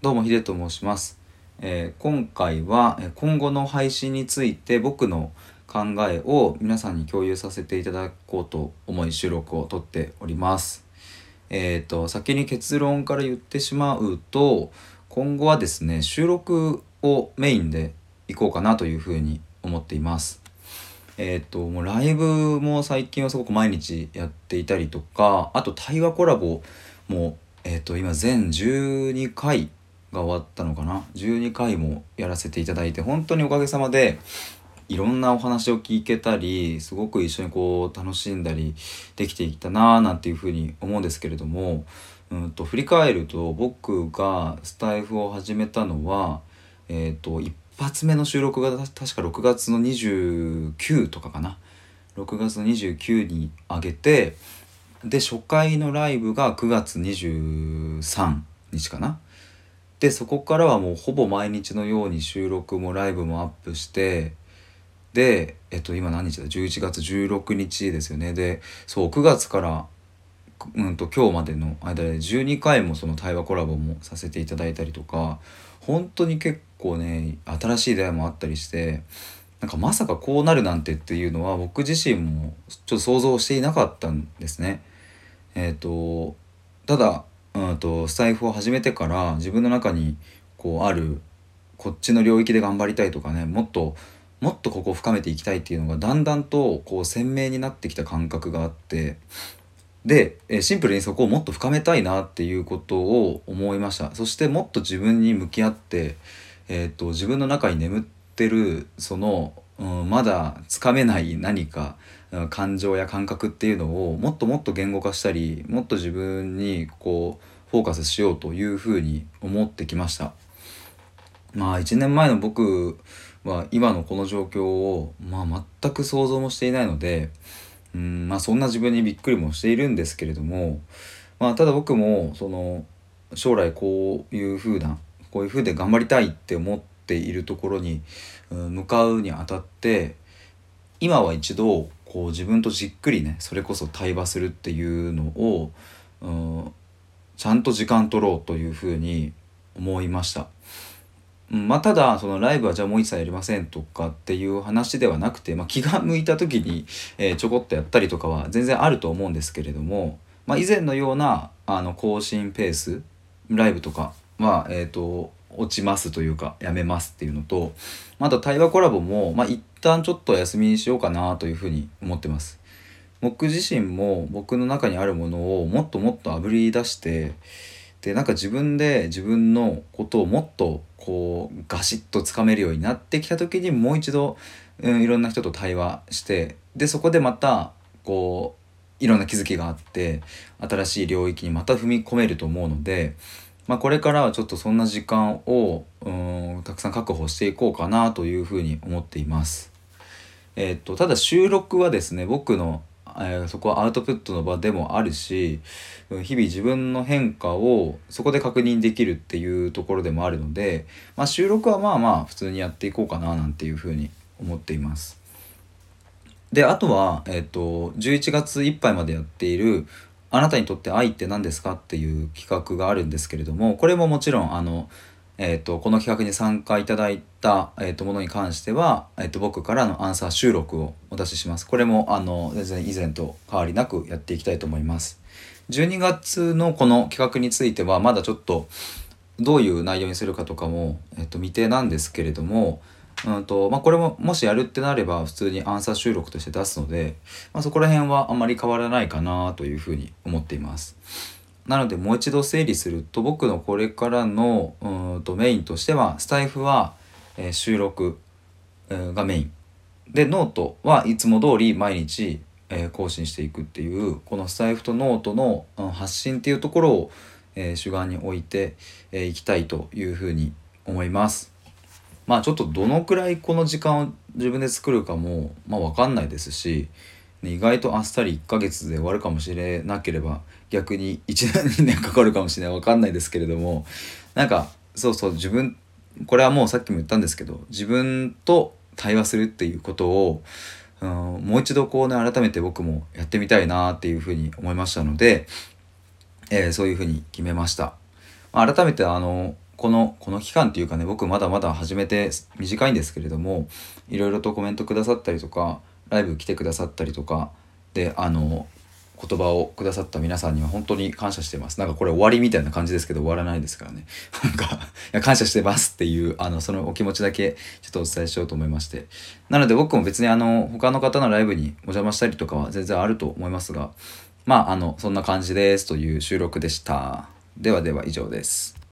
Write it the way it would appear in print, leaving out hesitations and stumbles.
どうもヒデと申します。今回は今後の配信について僕の考えを皆さんに共有させていただこうと思い収録を撮っております。先に結論から言ってしまうと、今後はですね、収録をメインでいこうかなというふうに思っています。もうライブも最近はすごく毎日やっていたりとか、あと対話コラボも、今全12回が終わったのかな。12回もやらせていただいて、本当におかげさまでいろんなお話を聞けたり、すごく一緒に楽しんだりできていったなぁなんていうふうに思うんですけれども、振り返ると僕がスタイフを始めたのは、一発目の収録が確か6月の29とかかな。6月の29に上げて、で初回のライブが9月23日かな。でそこからはもうほぼ毎日のように収録もライブもアップして、で今何日だ、11月16日ですよね。でそう9月から今日までの間で12回もその対話コラボもさせていただいたりとか、本当に結構ね新しい出会いもあったりして、なんかまさかこうなるなんてっていうのは僕自身もちょっと想像していなかったんですね。ただ、スタイフを始めてから自分の中にあるこっちの領域で頑張りたいとかね、もっともっとここを深めていきたいっていうのがだんだんと鮮明になってきた感覚があって、でシンプルにそこをもっと深めたいなっていうことを思いました。そしてもっと自分に向き合って、自分の中に眠ってるまだつかめない何か感情や感覚っていうのをもっともっと言語化したり、もっと自分にフォーカスしようというふうに思ってきました。1年前の僕は今のこの状況を全く想像もしていないので、そんな自分にびっくりもしているんですけれども、ただ僕も将来こういう風で頑張りたいって思っているところに、向かうにあたって、今は一度自分とじっくりね、それこそ対話するっていうのを、ちゃんと時間取ろうというふうに思いました。ただそのライブはじゃあもう一切やりませんとかっていう話ではなくて、気が向いた時に、ちょこっとやったりとかは全然あると思うんですけれども、以前のような更新ペースライブとかは、落ちますというかやめますっていうのと、あと対話コラボも、一旦ちょっと休みにしようかなというふうに思ってます。僕自身も僕の中にあるものをもっともっとあぶり出して、でなんか自分で自分のことをもっとガシッとつかめるようになってきた時に、もう一度、いろんな人と対話して、でそこでまたいろんな気づきがあって、新しい領域にまた踏み込めると思うので、これからはちょっとそんな時間をたくさん確保していこうかなというふうに思っています。ただ収録はですね、僕の、そこはアウトプットの場でもあるし、日々自分の変化をそこで確認できるっていうところでもあるので、収録は普通にやっていこうかななんていうふうに思っています。であとは、11月いっぱいまでやっているあなたにとって愛って何ですかっていう企画があるんですけれども、これももちろんこの企画に参加いただいた、ものに関しては、僕からのアンサー収録をお出しします。これも全然以前と変わりなくやっていきたいと思います。12月のこの企画についてはまだちょっとどういう内容にするかとかも、未定なんですけれども、これももしやるってなれば普通にアンサー収録として出すので、そこら辺はあんまり変わらないかなというふうに思っています。なのでもう一度整理すると、僕のこれからのメインとしては、スタイフは、収録、がメインで、ノートはいつも通り毎日、更新していくっていう、このスタイフとノートの、発信っていうところを、主眼に置いていきたいというふうに思います。ちょっとどのくらいこの時間を自分で作るかも分かんないですし、意外とあっさり1ヶ月で終わるかもしれなければ、逆に1年2年かかるかもしれない、分かんないですけれども、なんかこれはもうさっきも言ったんですけど、自分と対話するっていうことを、もう一度改めて僕もやってみたいなっていうふうに思いましたので、そういうふうに決めました。改めてこの期間っていうかね、僕まだまだ始めて短いんですけれども、いろいろとコメントくださったりとか、ライブ来てくださったりとかで、言葉をくださった皆さんには本当に感謝してます。なんかこれ終わりみたいな感じですけど終わらないですからね。なんかいや感謝してますっていうそのお気持ちだけちょっとお伝えしようと思いまして。なので僕も別に他の方のライブにお邪魔したりとかは全然あると思いますが、まあそんな感じですという収録でした。ではでは以上です。